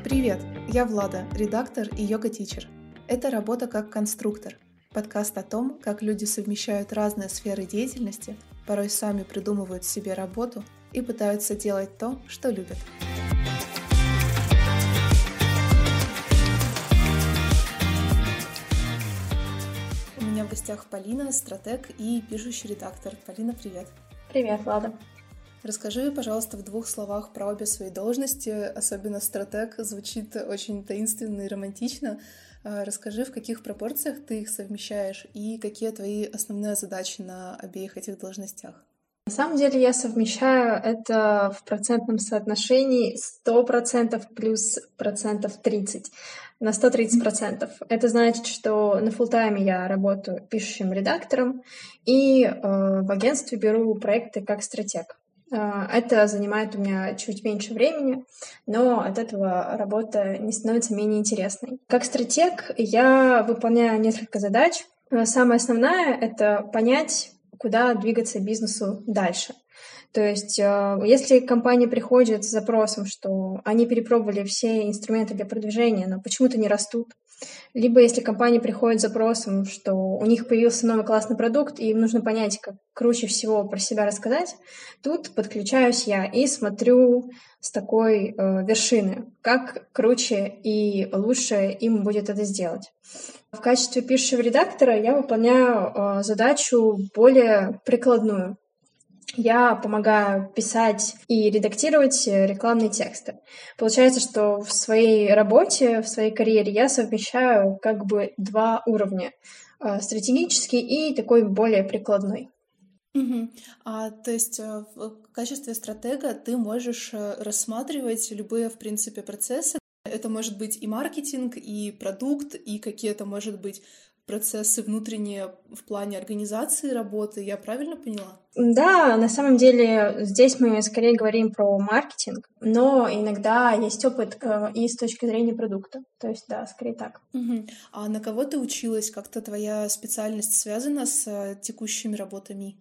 Привет, я Влада, редактор и йога-тичер. Это «Работа как конструктор» — подкаст о том, как люди совмещают разные сферы деятельности, порой сами придумывают себе работу и пытаются делать то, что любят. У меня в гостях Полина, стратег и пишущий редактор. Полина, привет. Привет, Влада. Расскажи, пожалуйста, в 2 словах про обе свои должности, особенно стратег звучит очень таинственно и романтично. Расскажи, в каких пропорциях ты их совмещаешь и какие твои основные задачи на обеих этих должностях? На самом деле я совмещаю это в процентном соотношении 100% плюс 30%. На 130%. Это значит, что на фуллтайме я работаю пишущим редактором и в агентстве беру проекты как стратег. Это занимает у меня чуть меньше времени, но от этого работа не становится менее интересной. Как стратег я выполняю несколько задач. Самая основная — это понять, куда двигаться бизнесу дальше. То есть, если компания приходит с запросом, что они перепробовали все инструменты для продвижения, но почему-то не растут, либо если компания приходит с запросом, что у них появился новый классный продукт, и им нужно понять, как круче всего про себя рассказать, тут подключаюсь я и смотрю с такой вершины, как круче и лучше им будет это сделать. В качестве пишущего редактора я выполняю задачу более прикладную. Я помогаю писать и редактировать рекламные тексты. Получается, что в своей работе, в своей карьере я совмещаю как бы 2 уровня. Стратегический и такой более прикладной. То есть в качестве стратега ты можешь рассматривать любые, в принципе, процессы. Это может быть и маркетинг, и продукт, и какие-то, может быть, процессы внутренние в плане организации работы. Я правильно поняла? Да, на самом деле здесь мы скорее говорим про маркетинг, но иногда есть опыт и с точки зрения продукта. То есть, да, скорее так. А на кого ты училась? Как-то твоя специальность связана с текущими работами?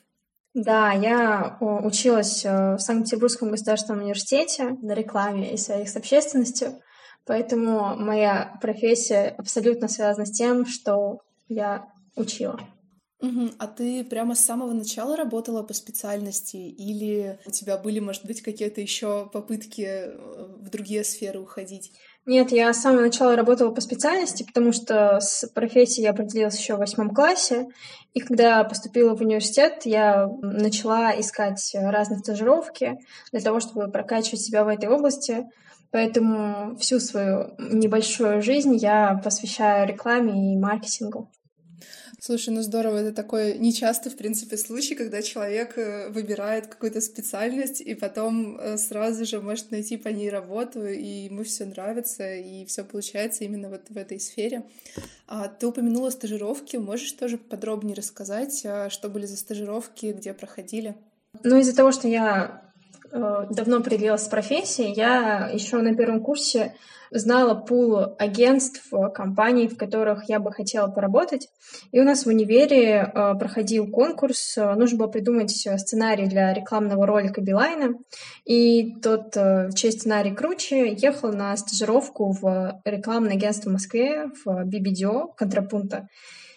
Да, я училась в Санкт-Петербургском государственном университете на рекламе и связях с общественностью, поэтому моя профессия абсолютно связана с тем, что я учила. А ты прямо с самого начала работала по специальности или у тебя были, может быть, какие-то еще попытки в другие сферы уходить? Нет, я с самого начала работала по специальности, потому что с профессией я определилась еще в 8 классе, и когда поступила в университет, я начала искать разные стажировки для того, чтобы прокачивать себя в этой области. Поэтому всю свою небольшую жизнь я посвящаю рекламе и маркетингу. Слушай, ну здорово, это такой нечастый, в принципе, случай, когда человек выбирает какую-то специальность и потом сразу же может найти по ней работу, и ему все нравится, и все получается именно вот в этой сфере. Ты упомянула стажировки, можешь тоже подробнее рассказать, что были за стажировки, где проходили? Ну, из-за того, что я давно определилась с профессией, я еще на первом курсе знала пул агентств, компаний, в которых я бы хотела поработать. И у нас в универе проходил конкурс, нужно было придумать сценарий для рекламного ролика Билайна. И тот, чей сценарий круче, ехал на стажировку в рекламное агентство в Москве, в BBDO, Контрапунта.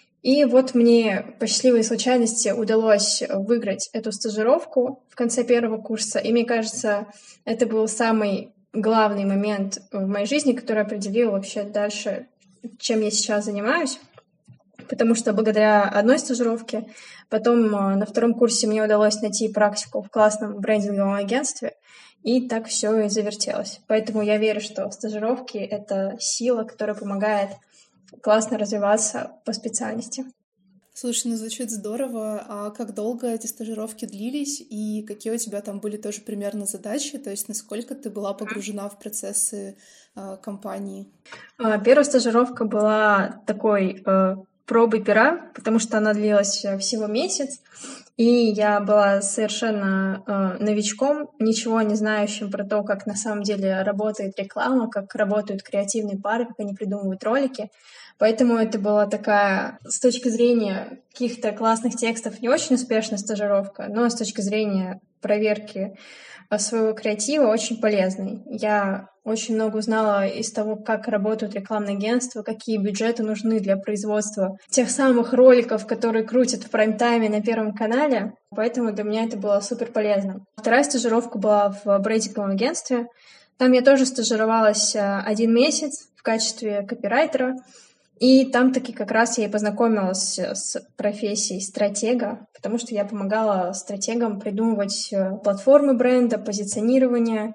И вот мне по счастливой случайности удалось выиграть эту стажировку в конце первого курса. И мне кажется, это был самый главный момент в моей жизни, который определил вообще дальше, чем я сейчас занимаюсь. Потому что благодаря одной стажировке, потом на втором курсе мне удалось найти практику в классном брендинговом агентстве, и так все и завертелось. Поэтому я верю, что стажировки — это сила, которая помогает классно развиваться по специальности. Слушай, ну звучит здорово. А как долго эти стажировки длились и какие у тебя там были тоже примерно задачи? То есть насколько ты была погружена в процессы компании? Первая стажировка была такой пробой пера, потому что она длилась всего месяц, и я была совершенно новичком, ничего не знающим про то, как на самом деле работает реклама, как работают креативные пары, как они придумывают ролики. Поэтому это была такая, с точки зрения каких-то классных текстов, не очень успешная стажировка, но с точки зрения проверки своего креатива очень полезный. Я очень много узнала из того, как работают рекламные агентства, какие бюджеты нужны для производства тех самых роликов, которые крутят в прайм-тайме на Первом канале. Поэтому для меня это было супер полезно. Вторая стажировка была в брендинговом агентстве. Там я тоже стажировалась 1 месяц в качестве копирайтера. И там таки как раз я и познакомилась с профессией стратега, потому что я помогала стратегам придумывать платформы бренда, позиционирование.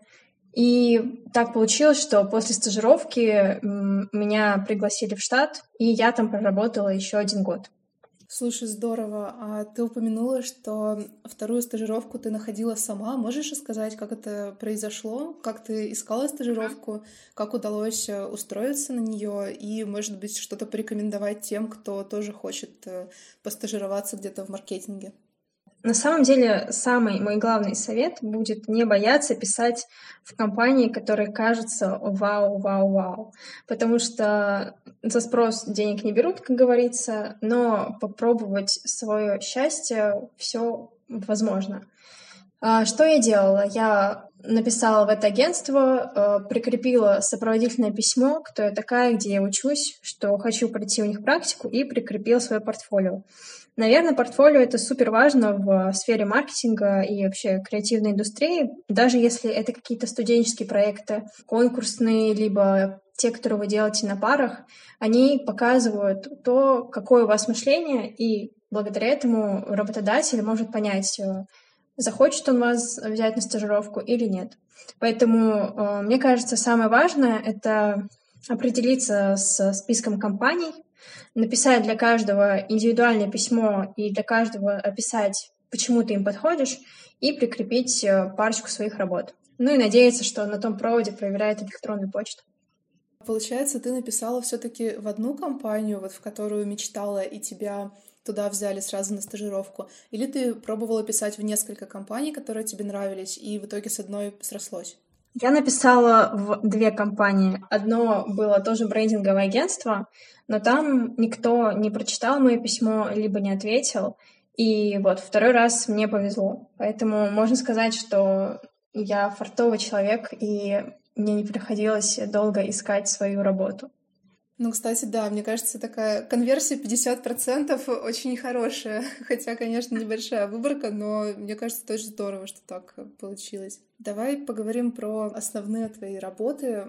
И так получилось, что после стажировки меня пригласили в штат, и я там проработала еще 1 год. Слушай, здорово. А ты упомянула, что вторую стажировку ты находила сама. Можешь рассказать, как это произошло? Как ты искала стажировку? Как удалось устроиться на нее? И, может быть, что-то порекомендовать тем, кто тоже хочет постажироваться где-то в маркетинге? На самом деле, самый мой главный совет будет не бояться писать в компании, которые кажутся вау-вау-вау, потому что за спрос денег не берут, как говорится, но попробовать свое счастье все возможно. Что я делала? Я написала в это агентство, прикрепила сопроводительное письмо, кто я такая, где я учусь, что хочу пройти у них практику, и прикрепила свое портфолио. Наверное, портфолио — это супер важно в сфере маркетинга и вообще креативной индустрии, даже если это какие-то студенческие проекты, конкурсные, либо те, которые вы делаете на парах, они показывают то, какое у вас мышление, и благодаря этому работодатель может понять, захочет он вас взять на стажировку или нет. Поэтому, мне кажется, самое важное — это определиться с списком компаний, написать для каждого индивидуальное письмо и для каждого описать, почему ты им подходишь, и прикрепить парочку своих работ. Ну и надеяться, что на том проводе проверяет электронную почту. Получается, ты написала все-таки в одну компанию, вот в которую мечтала, и тебя туда взяли сразу на стажировку? Или ты пробовала писать в несколько компаний, которые тебе нравились, и в итоге с одной срослось? Я написала в 2 компании. Одно было тоже брендинговое агентство, но там никто не прочитал мое письмо, либо не ответил. И вот 2-й раз мне повезло. Поэтому можно сказать, что я фартовый человек, и мне не приходилось долго искать свою работу. Ну, кстати, да, мне кажется, такая конверсия 50% очень хорошая. Хотя, конечно, небольшая выборка, но мне кажется, это очень здорово, что так получилось. Давай поговорим про основные твои работы.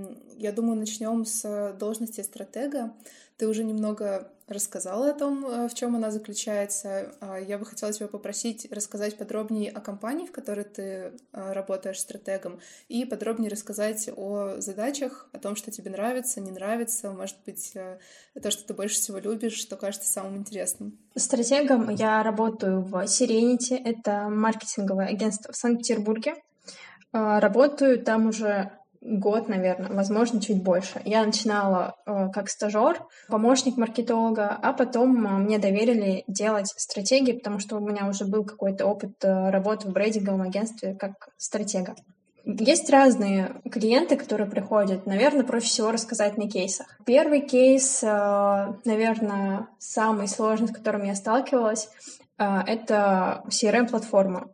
Я думаю, начнем с должности стратега. Ты уже немного рассказала о том, в чем она заключается. Я бы хотела тебя попросить рассказать подробнее о компании, в которой ты работаешь стратегом, и подробнее рассказать о задачах, о том, что тебе нравится, не нравится, может быть, то, что ты больше всего любишь, что кажется самым интересным. Стратегом я работаю в Serenity, это маркетинговое агентство в Санкт-Петербурге. Работаю там уже год, наверное, возможно, чуть больше. Я начинала как стажер, помощник маркетолога, а потом мне доверили делать стратегии, потому что у меня уже был какой-то опыт работы в брендинговом агентстве как стратега. Есть разные клиенты, которые приходят. Наверное, проще всего рассказать на кейсах. Первый кейс, наверное, самый сложный, с которым я сталкивалась, это CRM-платформа.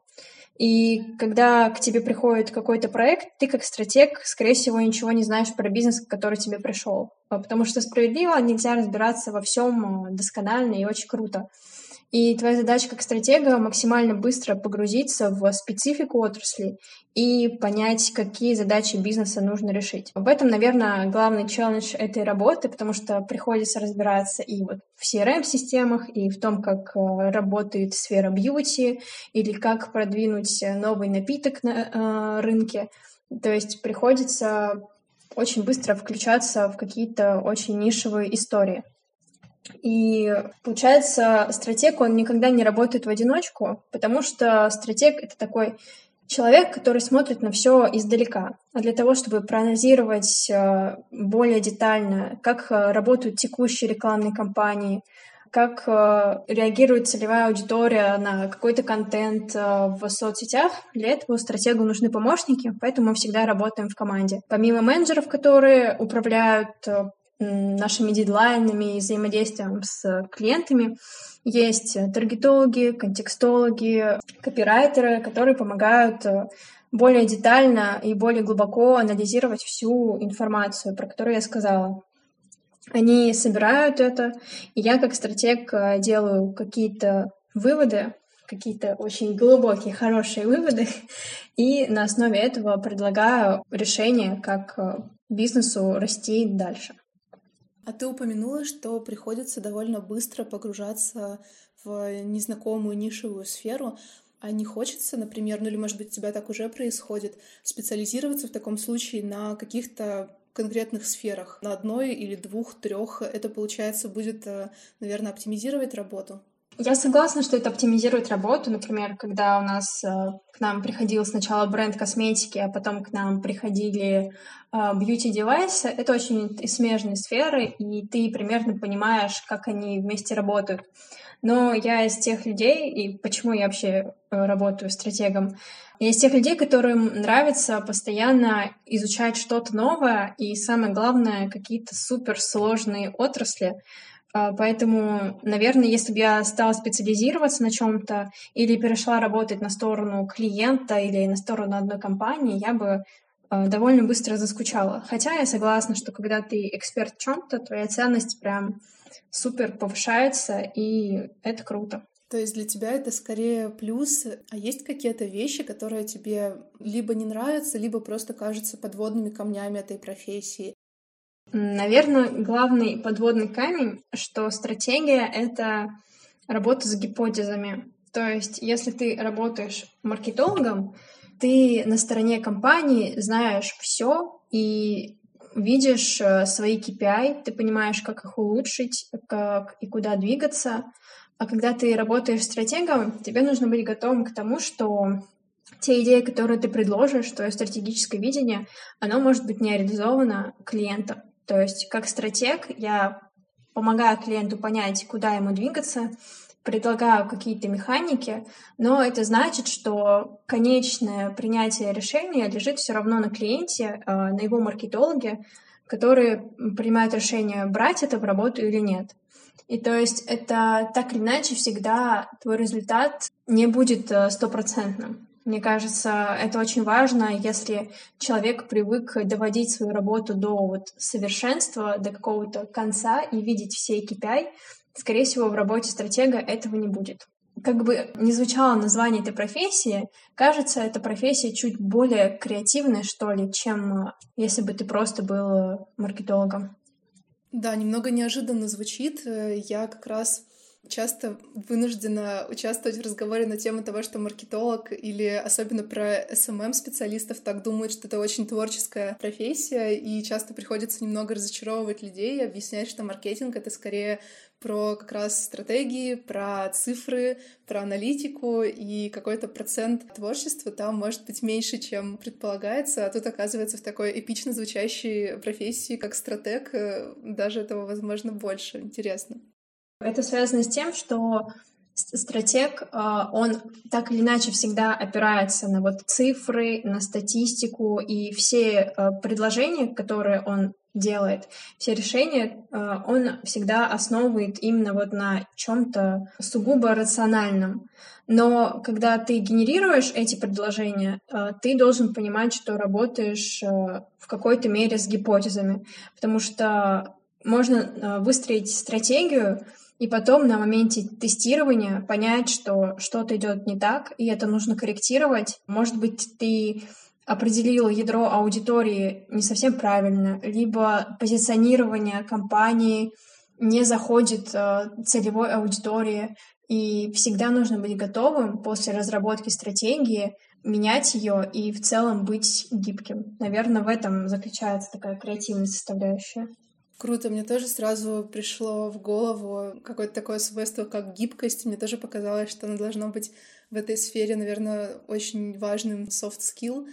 И когда к тебе приходит какой-то проект, ты как стратег, скорее всего, ничего не знаешь про бизнес, который тебе пришел. Потому что справедливо нельзя разбираться во всем досконально и очень круто. И твоя задача как стратега максимально быстро погрузиться в специфику отрасли и понять, какие задачи бизнеса нужно решить. В этом, наверное, главный челлендж этой работы, потому что приходится разбираться и вот в CRM-системах, и в том, как работает сфера бьюти, или как продвинуть новый напиток на рынке. То есть приходится очень быстро включаться в какие-то очень нишевые истории. И получается, стратег, он никогда не работает в одиночку, потому что стратег — это такой человек, который смотрит на все издалека. А для того, чтобы проанализировать более детально, как работают текущие рекламные кампании, как реагирует целевая аудитория на какой-то контент в соцсетях, для этого стратегу нужны помощники, поэтому мы всегда работаем в команде. Помимо менеджеров, которые управляют нашими дедлайнами и взаимодействием с клиентами. Есть таргетологи, контекстологи, копирайтеры, которые помогают более детально и более глубоко анализировать всю информацию, про которую я сказала. Они собирают это, и я как стратег делаю какие-то выводы, какие-то очень глубокие, хорошие выводы, и на основе этого предлагаю решение, как бизнесу расти дальше. А ты упомянула, что приходится довольно быстро погружаться в незнакомую нишевую сферу. А не хочется, например, ну или, может быть, у тебя так уже происходит, специализироваться в таком случае на каких-то конкретных сферах, на одной или двух, трех, это, получается, будет, наверное, оптимизировать работу? Я согласна, что это оптимизирует работу. Например, когда у нас к нам приходил сначала бренд косметики, а потом к нам приходили бьюти-девайсы, это очень смежные сферы, и ты примерно понимаешь, как они вместе работают. Но я из тех людей, и почему я вообще работаю стратегом, я из тех людей, которым нравится постоянно изучать что-то новое, и самое главное, какие-то суперсложные отрасли. Поэтому, наверное, если бы я стала специализироваться на чем-то или перешла работать на сторону клиента или на сторону одной компании, я бы довольно быстро заскучала. Хотя я согласна, что когда ты эксперт в чем-то, твоя ценность прям супер повышается, и это круто. То есть для тебя это скорее плюс, а есть какие-то вещи, которые тебе либо не нравятся, либо просто кажутся подводными камнями этой профессии? Наверное, главный подводный камень, что стратегия — это работа с гипотезами. То есть, если ты работаешь маркетологом, ты на стороне компании знаешь все и видишь свои KPI, ты понимаешь, как их улучшить, как и куда двигаться. А когда ты работаешь стратегом, тебе нужно быть готовым к тому, что те идеи, которые ты предложишь, твое стратегическое видение, оно может быть не реализовано клиентом. То есть, как стратег, я помогаю клиенту понять, куда ему двигаться, предлагаю какие-то механики, но это значит, что конечное принятие решения лежит все равно на клиенте, на его маркетологе, которые принимают решение, брать это в работу или нет. И то есть это так или иначе всегда твой результат не будет стопроцентным. Мне кажется, это очень важно, если человек привык доводить свою работу до совершенства, до какого-то конца и видеть все KPI, скорее всего, в работе стратега этого не будет. Как бы ни звучало название этой профессии, кажется, эта профессия чуть более креативная, что ли, чем если бы ты просто был маркетологом. Да, немного неожиданно звучит. Я как раз часто вынуждена участвовать в разговоре на тему того, что маркетолог или особенно про SMM-специалистов так думают, что это очень творческая профессия, и часто приходится немного разочаровывать людей, объяснять, что маркетинг — это скорее про как раз стратегии, про цифры, про аналитику, и какой-то процент творчества там может быть меньше, чем предполагается, а тут оказывается в такой эпично звучащей профессии, как стратег, даже этого, возможно, больше. Интересно. Это связано с тем, что стратег, он так или иначе всегда опирается на цифры, на статистику, и все предложения, которые он делает, все решения, он всегда основывает именно на чем-то сугубо рациональном. Но когда ты генерируешь эти предложения, ты должен понимать, что работаешь в какой-то мере с гипотезами, потому что можно выстроить стратегию, и потом на моменте тестирования понять, что что-то идет не так, и это нужно корректировать. Может быть, ты определил ядро аудитории не совсем правильно, либо позиционирование компании не заходит целевой аудитории, и всегда нужно быть готовым после разработки стратегии менять ее и в целом быть гибким. Наверное, в этом заключается такая креативная составляющая. Круто, мне тоже сразу пришло в голову какое-то такое свойство, как гибкость. Мне тоже показалось, что оно должно быть в этой сфере, наверное, очень важным soft skill.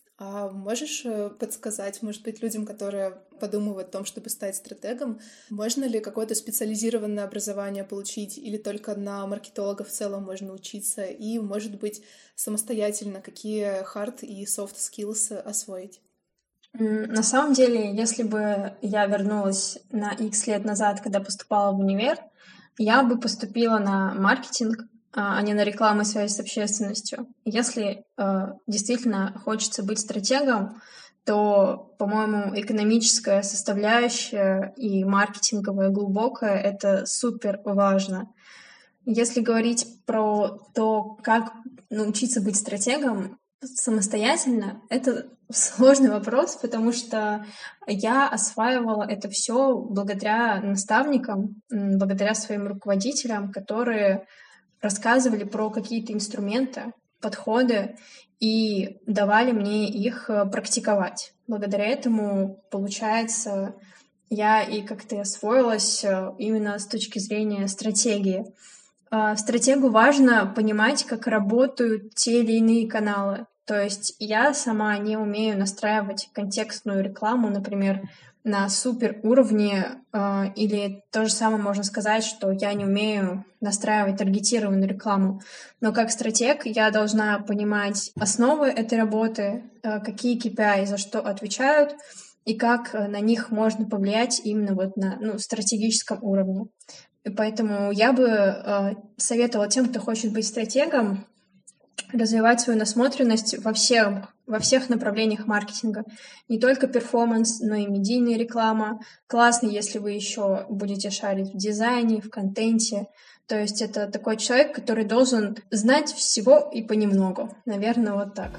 А можешь подсказать, может быть, людям, которые подумывают о том, чтобы стать стратегом, можно ли какое-то специализированное образование получить или только на маркетолога в целом можно учиться? И, может быть, самостоятельно какие hard и soft skills освоить? На самом деле, если бы я вернулась на X лет назад, когда поступала в универ, я бы поступила на маркетинг, а не на рекламу и связь с общественностью. Если действительно хочется быть стратегом, то, по-моему, экономическая составляющая и маркетинговая глубокая — это супер важно. Если говорить про то, как научиться быть стратегом самостоятельно, это сложный вопрос, потому что я осваивала это все благодаря наставникам, благодаря своим руководителям, которые рассказывали про какие-то инструменты, подходы и давали мне их практиковать. Благодаря этому, получается, я и как-то освоилась именно с точки зрения стратегии. Стратегу важно понимать, как работают те или иные каналы. То есть я сама не умею настраивать контекстную рекламу, например, на супер уровне, или то же самое можно сказать, что я не умею настраивать таргетированную рекламу. Но как стратег я должна понимать основы этой работы, какие KPI за что отвечают, и как на них можно повлиять именно вот на стратегическом уровне. И поэтому я бы советовала тем, кто хочет быть стратегом, развивать свою насмотренность во всех направлениях маркетинга. Не только перформанс, но и медийная реклама. Классно, если вы еще будете шарить в дизайне, в контенте. То есть это такой человек, который должен знать всего и понемногу. Наверное, вот так.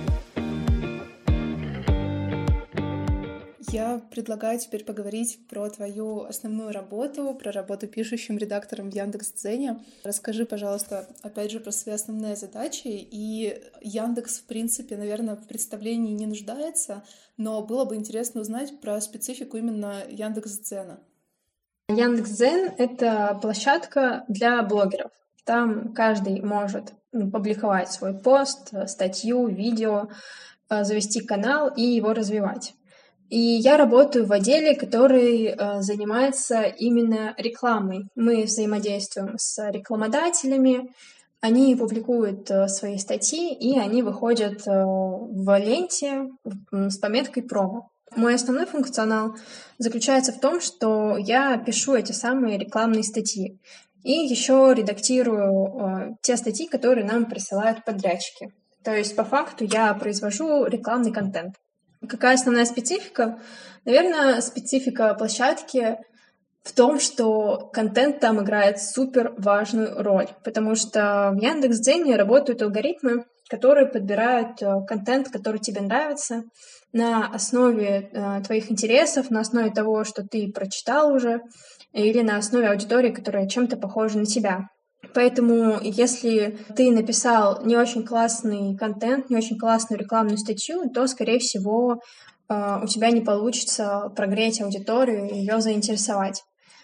Я предлагаю теперь поговорить про твою основную работу, про работу пишущим редактором в Яндекс.Дзене. Расскажи, пожалуйста, опять же, про свои основные задачи. И Яндекс, в принципе, наверное, в представлении не нуждается, но было бы интересно узнать про специфику именно Яндекс.Дзена. Яндекс.Дзен — это площадка для блогеров. Там каждый может публиковать свой пост, статью, видео, завести канал и его развивать. И я работаю в отделе, который занимается именно рекламой. Мы взаимодействуем с рекламодателями, они публикуют свои статьи, и они выходят в ленте с пометкой «промо». Мой основной функционал заключается в том, что я пишу эти самые рекламные статьи и еще редактирую те статьи, которые нам присылают подрядчики. То есть, по факту, я произвожу рекламный контент. Какая основная специфика? Наверное, специфика площадки в том, что контент там играет супер важную роль, потому что в Яндекс.Дзене работают алгоритмы, которые подбирают контент, который тебе нравится, на основе твоих интересов, на основе того, что ты прочитал уже, или на основе аудитории, которая чем-то похожа на тебя. Поэтому, если ты написал не очень классный контент, не очень классную рекламную статью, то, скорее всего, у тебя не получится прогреть аудиторию и ее заинтересовать.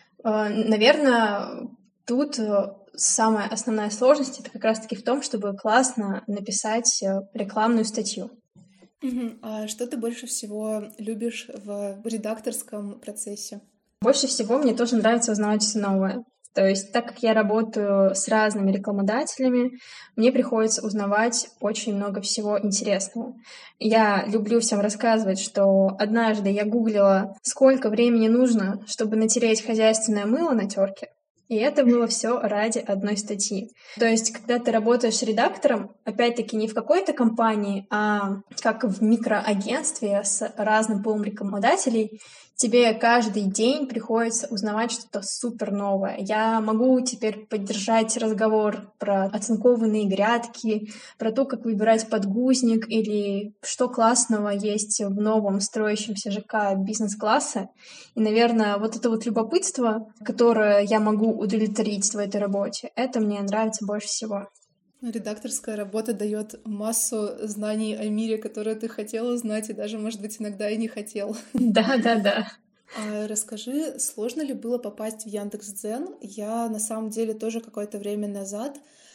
Наверное, тут самая основная сложность — это как раз-таки в том, чтобы классно написать рекламную статью. А что ты больше всего любишь в редакторском процессе? Больше всего мне тоже нравится узнавать все новое. То есть, так как я работаю с разными рекламодателями, мне приходится узнавать очень много всего интересного. Я люблю всем рассказывать, что однажды я гуглила, сколько времени нужно, чтобы натереть хозяйственное мыло на терке. И это было все ради одной статьи. То есть, когда ты работаешь редактором, опять-таки не в какой-то компании, а как в микроагентстве с разным пулом рекламодателей, тебе каждый день приходится узнавать что-то супер новое. Я могу теперь поддержать разговор про оцинкованные грядки, про то, как выбирать подгузник или что классного есть в новом строящемся ЖК бизнес-класса. И, наверное, вот это вот любопытство, которое я могу удовлетворить в этой работе, это мне нравится больше всего. Редакторская работа дает массу знаний о мире, которые ты хотела знать, и даже, может быть, иногда и не хотел. Да. А расскажи, сложно ли было попасть в Яндекс.Дзен? Я, на самом деле, тоже какое-то время назад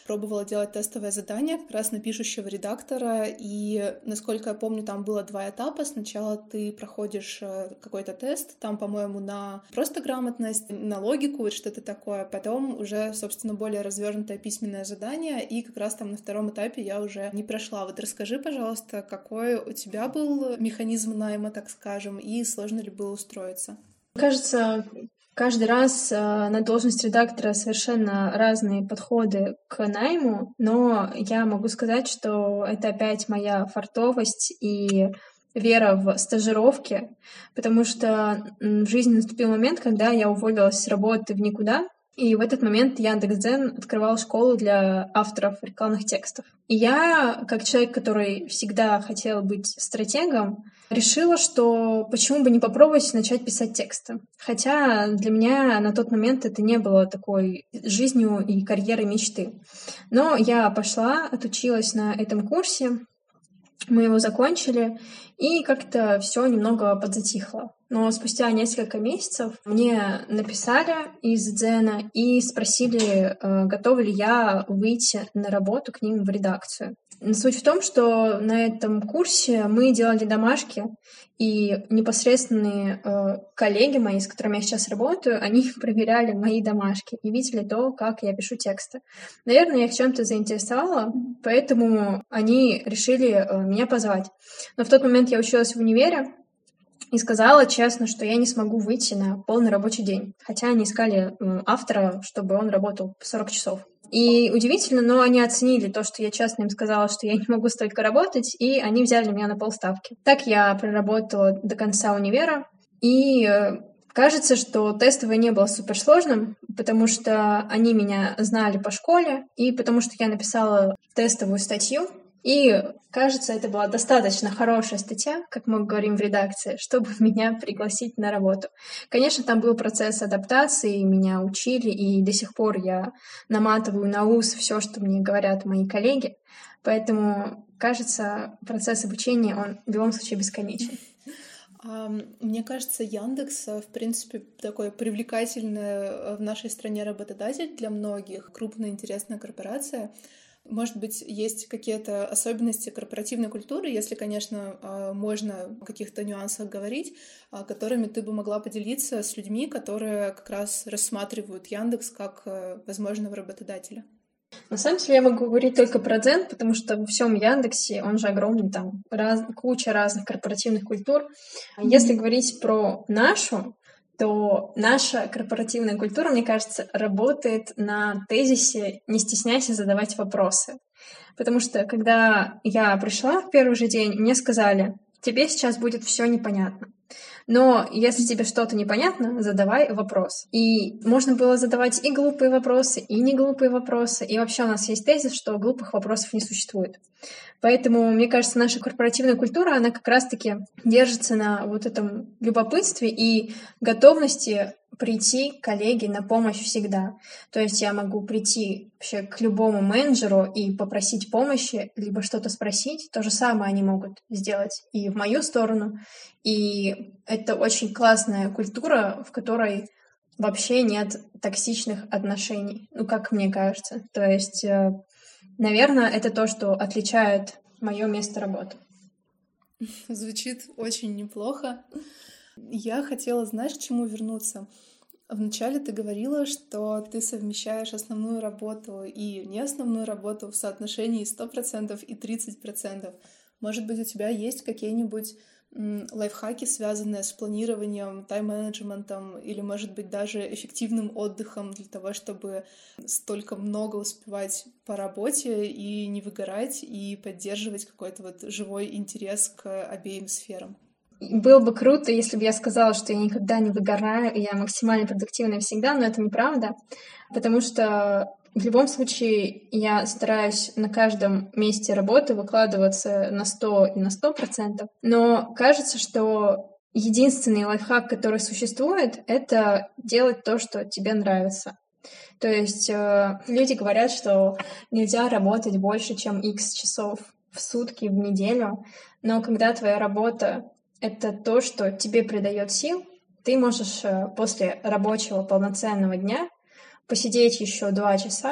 пробовала делать тестовое задание как раз на пишущего редактора, и, насколько я помню, там было 2 этапа. Сначала ты проходишь какой-то тест, там, по-моему, на просто грамотность, на логику и что-то такое, потом уже, собственно, более развернутое письменное задание, и как раз там на втором этапе я уже не прошла. Вот расскажи, пожалуйста, какой у тебя был механизм найма, так скажем, и сложно ли было устроиться? Кажется, каждый раз на должность редактора совершенно разные подходы к найму, но я могу сказать, что это опять моя фартовость и вера в стажировки, потому что в жизни наступил момент, когда я уволилась с работы в никуда, и в этот момент Яндекс.Дзен открывал школу для авторов рекламных текстов. И я, как человек, который всегда хотел быть стратегом, решила, что почему бы не попробовать начать писать тексты. Хотя для меня на тот момент это не было такой жизнью и карьерой мечты. Но я пошла, отучилась на этом курсе, мы его закончили, и как-то все немного подзатихло. Но спустя несколько месяцев мне написали из Дзена и спросили, готова ли я выйти на работу к ним в редакцию. Суть в том, что на этом курсе мы делали домашки, и непосредственные коллеги мои, с которыми я сейчас работаю, они проверяли мои домашки и видели то, как я пишу тексты. Наверное, я их чем-то заинтересовала, поэтому они решили меня позвать. Но в тот момент я училась в универе и сказала честно, что я не смогу выйти на полный рабочий день. Хотя они искали автора, чтобы он работал 40 часов. И удивительно, но они оценили то, что я честно им сказала, что я не могу столько работать, и они взяли меня на полставки. Так я проработала до конца универа, и кажется, что тестовое не было суперсложным, потому что они меня знали по школе, и потому что я написала тестовую статью, и, кажется, это была достаточно хорошая статья, как мы говорим в редакции, чтобы меня пригласить на работу. Конечно, там был процесс адаптации, меня учили, и до сих пор я наматываю на ус все, что мне говорят мои коллеги. Поэтому, кажется, процесс обучения, он в любом случае бесконечен. Мне кажется, Яндекс, в принципе, такой привлекательный в нашей стране работодатель для многих, крупная интересная корпорация. Может быть, есть какие-то особенности корпоративной культуры, если, конечно, можно о каких-то нюансах говорить, которыми ты бы могла поделиться с людьми, которые как раз рассматривают Яндекс как возможного работодателя. На самом деле я могу говорить только про Дзен, потому что во всем Яндексе, он же огромный, там куча разных корпоративных культур. Если говорить про нашу, то наша корпоративная культура, мне кажется, работает на тезисе «не стесняйся задавать вопросы». Потому что, когда я пришла в первый же день, мне сказали, тебе сейчас будет все непонятно. Но если тебе что-то непонятно, задавай вопрос. И можно было задавать и глупые вопросы, и не глупые вопросы. И вообще у нас есть тезис, что глупых вопросов не существует. Поэтому, мне кажется, наша корпоративная культура, она как раз-таки держится на вот этом любопытстве и готовности прийти к коллеге на помощь всегда. То есть я могу прийти вообще к любому менеджеру и попросить помощи, либо что-то спросить. То же самое они могут сделать и в мою сторону. И это очень классная культура, в которой вообще нет токсичных отношений, ну, как мне кажется. То есть, наверное, это то, что отличает мое место работы. Звучит очень неплохо. Я хотела, знаешь, к чему вернуться? Вначале ты говорила, что ты совмещаешь основную работу и не основную работу в соотношении 100% и 30%. Может быть, у тебя есть какие-нибудь лайфхаки, связанные с планированием, тайм-менеджментом или, может быть, даже эффективным отдыхом для того, чтобы столько много успевать по работе и не выгорать, и поддерживать какой-то вот живой интерес к обеим сферам? Было бы круто, если бы я сказала, что я никогда не выгораю, и я максимально продуктивная всегда, но это неправда, потому что в любом случае я стараюсь на каждом месте работы выкладываться на 100 и на 100%, но кажется, что единственный лайфхак, который существует, это делать то, что тебе нравится. То есть люди говорят, что нельзя работать больше, чем X часов в сутки, в неделю, но когда твоя работа — это то, что тебе придает сил, ты можешь после рабочего полноценного дня посидеть еще 2 часа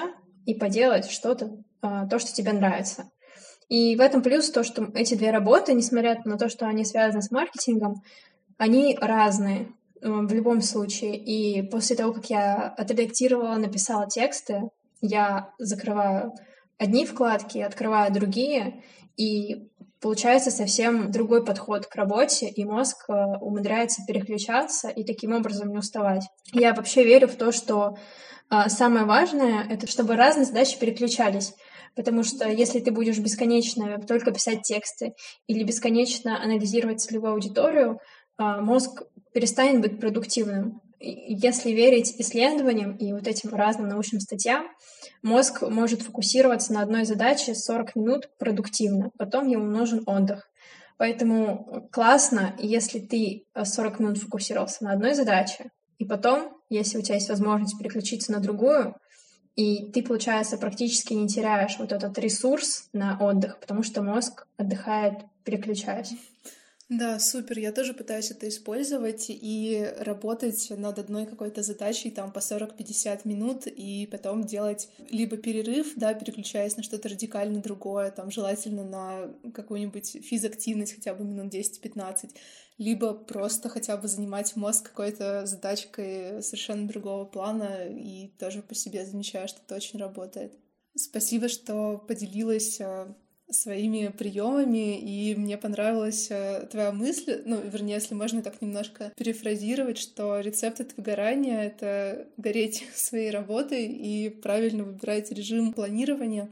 и поделать что-то, то, что тебе нравится. И в этом плюс то, что эти две работы, несмотря на то, что они связаны с маркетингом, они разные в любом случае. И после того, как я отредактировала, написала тексты, я закрываю одни вкладки, открываю другие, и получается совсем другой подход к работе, и мозг умудряется переключаться и таким образом не уставать. Я вообще верю в то, что самое важное — это чтобы разные задачи переключались. Потому что если ты будешь бесконечно только писать тексты или бесконечно анализировать целевую аудиторию, мозг перестанет быть продуктивным. Если верить исследованиям и вот этим разным научным статьям, мозг может фокусироваться на одной задаче 40 минут продуктивно, потом ему нужен отдых. Поэтому классно, если ты 40 минут фокусировался на одной задаче, и потом, если у тебя есть возможность переключиться на другую, и ты, получается, практически не теряешь вот этот ресурс на отдых, потому что мозг отдыхает, переключаясь. Да, супер. Я тоже пытаюсь это использовать и работать над одной какой-то задачей там по 40-50 минут и потом делать либо перерыв, да, переключаясь на что-то радикально другое, там желательно на какую-нибудь физактивность хотя бы минут 10-15, либо просто хотя бы занимать мозг какой-то задачкой совершенно другого плана, и тоже по себе замечаю, что это очень работает. Спасибо, что поделилась своими приемами, и мне понравилась твоя мысль, ну, вернее, если можно так немножко перефразировать, что рецепт от выгорания — это гореть своей работой и правильно выбирать режим планирования.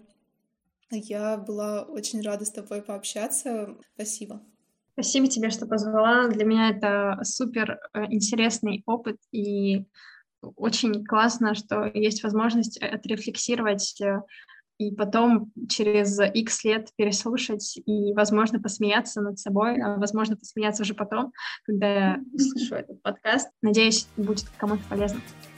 Я была очень рада с тобой пообщаться. Спасибо. Спасибо тебе, что позвала. Для меня это супер интересный опыт, и очень классно, что есть возможность отрефлексировать и потом через X лет переслушать и, возможно, посмеяться над собой, а, возможно, посмеяться уже потом, когда я услышу этот подкаст. Надеюсь, будет кому-то полезно.